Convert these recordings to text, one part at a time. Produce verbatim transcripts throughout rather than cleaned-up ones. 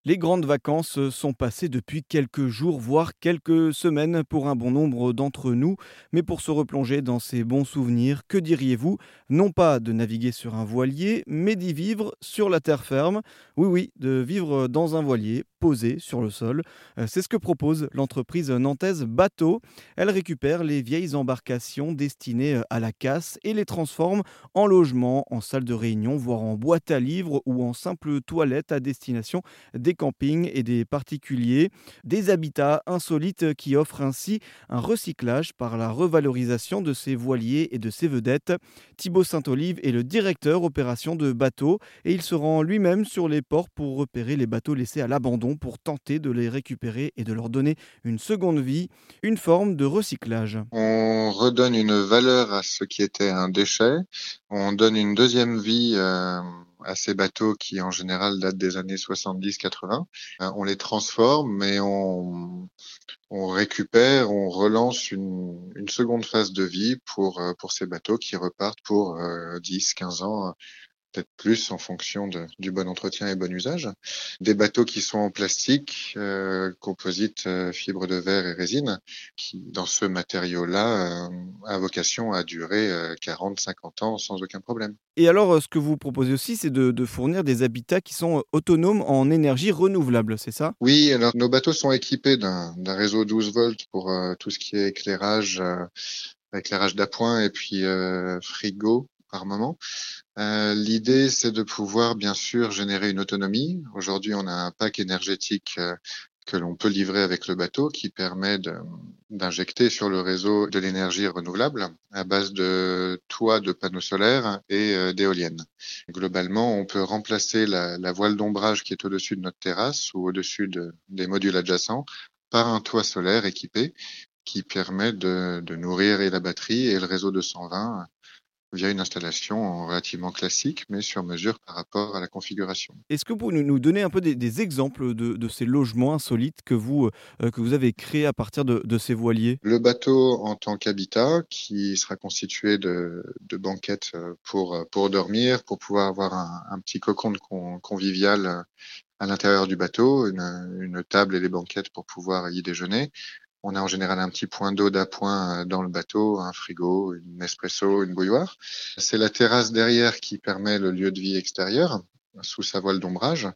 Les grandes vacances sont passées depuis quelques jours, voire quelques semaines pour un bon nombre d'entre nous. Mais pour se replonger dans ces bons souvenirs, que diriez-vous? Non pas de naviguer sur un voilier, mais d'y vivre sur la terre ferme. Oui, oui, de vivre dans un voilier, posé sur le sol. Euh, C'est ce que propose l'entreprise nantaise Bateau. Elle récupère les vieilles embarcations destinées à la casse et les transforme en logements, en salles de réunion, voire en boîte à livres ou en simples toilettes à destination des campings et des particuliers, des habitats insolites qui offrent ainsi un recyclage par la revalorisation de ces voiliers et de ces vedettes. Thibaut Saint-Olive est le directeur opération de bateaux et il se rend lui-même sur les ports pour repérer les bateaux laissés à l'abandon pour tenter de les récupérer et de leur donner une seconde vie, une forme de recyclage. On redonne une valeur à ce qui était un déchet. On donne une deuxième vie euh, à ces bateaux qui, en général, datent des années soixante-dix quatre-vingts. Euh, on les transforme et on, on récupère, on relance une, une seconde phase de vie pour, euh, pour ces bateaux qui repartent pour euh, dix quinze ans, peut-être plus en fonction de, du bon entretien et bon usage. Des bateaux qui sont en plastique, euh, composite, euh, fibre de verre et résine, qui, dans ce matériau-là, euh, a vocation à durer euh, quarante cinquante ans sans aucun problème. Et alors, euh, ce que vous proposez aussi, c'est de, de fournir des habitats qui sont euh, autonomes en énergie renouvelable, c'est ça? Oui, alors nos bateaux sont équipés d'un, d'un réseau douze volts pour euh, tout ce qui est éclairage, euh, éclairage d'appoint et puis euh, frigo par moment. Euh, l'idée, c'est de pouvoir, bien sûr, générer une autonomie. Aujourd'hui, on a un pack énergétique euh, que l'on peut livrer avec le bateau qui permet de- d'injecter sur le réseau de l'énergie renouvelable à base de toits de panneaux solaires et euh, d'éoliennes. Globalement, on peut remplacer la, la voile d'ombrage qui est au-dessus de notre terrasse ou au-dessus de- des modules adjacents par un toit solaire équipé qui permet de, de nourrir et la batterie et le réseau deux cent vingt via une installation relativement classique, mais sur mesure par rapport à la configuration. Est-ce que vous pouvez nous nous donner un peu des, des exemples de, de ces logements insolites que vous, euh, que vous avez créés à partir de, de ces voiliers? Le bateau en tant qu'habitat, qui sera constitué de, de banquettes euh, pour, pour dormir, pour pouvoir avoir un, un petit cocon de con- convivial euh, à l'intérieur du bateau, une, une table et des banquettes pour pouvoir y déjeuner. On a en général un petit point d'eau d'appoint euh, dans le bateau, un frigo, une espresso, une bouilloire. C'est la terrasse derrière qui permet le lieu de vie extérieur sous sa voile d'ombrage.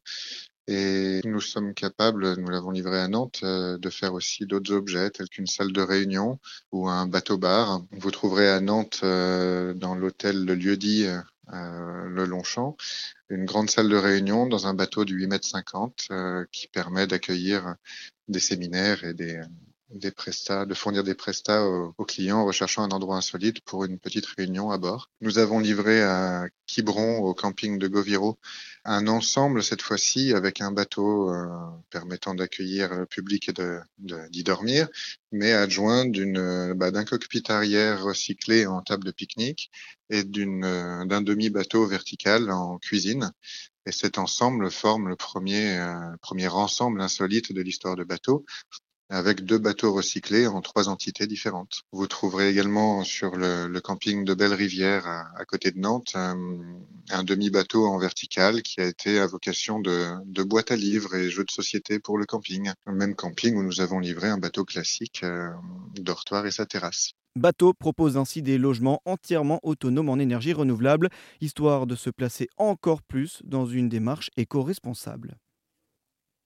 Et nous sommes capables, nous l'avons livré à Nantes, euh, de faire aussi d'autres objets tels qu'une salle de réunion ou un bateau-bar. Vous trouverez à Nantes, euh, dans l'hôtel Le Lieu-dit, euh, le Longchamp, une grande salle de réunion dans un bateau de huit mètres cinquante euh, qui permet d'accueillir des séminaires et des, des prestats, de fournir des prestats aux, aux clients recherchant un endroit insolite pour une petite réunion à bord. Nous avons livré à Quiberon, au camping de Goviro, un ensemble cette fois-ci avec un bateau euh, permettant d'accueillir le public et de, de- d'y dormir, mais adjoint d'une, bah, d'un cockpit arrière recyclé en table de pique-nique et d'une, euh, d'un demi-bateau vertical en cuisine. Et cet ensemble forme le premier, euh, premier ensemble insolite de l'histoire de bateau, avec deux bateaux recyclés en trois entités différentes. Vous trouverez également sur le, le camping de Belle-Rivière, à, à côté de Nantes, un, un demi-bateau en vertical qui a été à vocation de, de boîte à livres et jeux de société pour le camping. Le même camping où nous avons livré un bateau classique, euh, dortoir et sa terrasse. Bateau propose ainsi des logements entièrement autonomes en énergie renouvelable, histoire de se placer encore plus dans une démarche éco-responsable.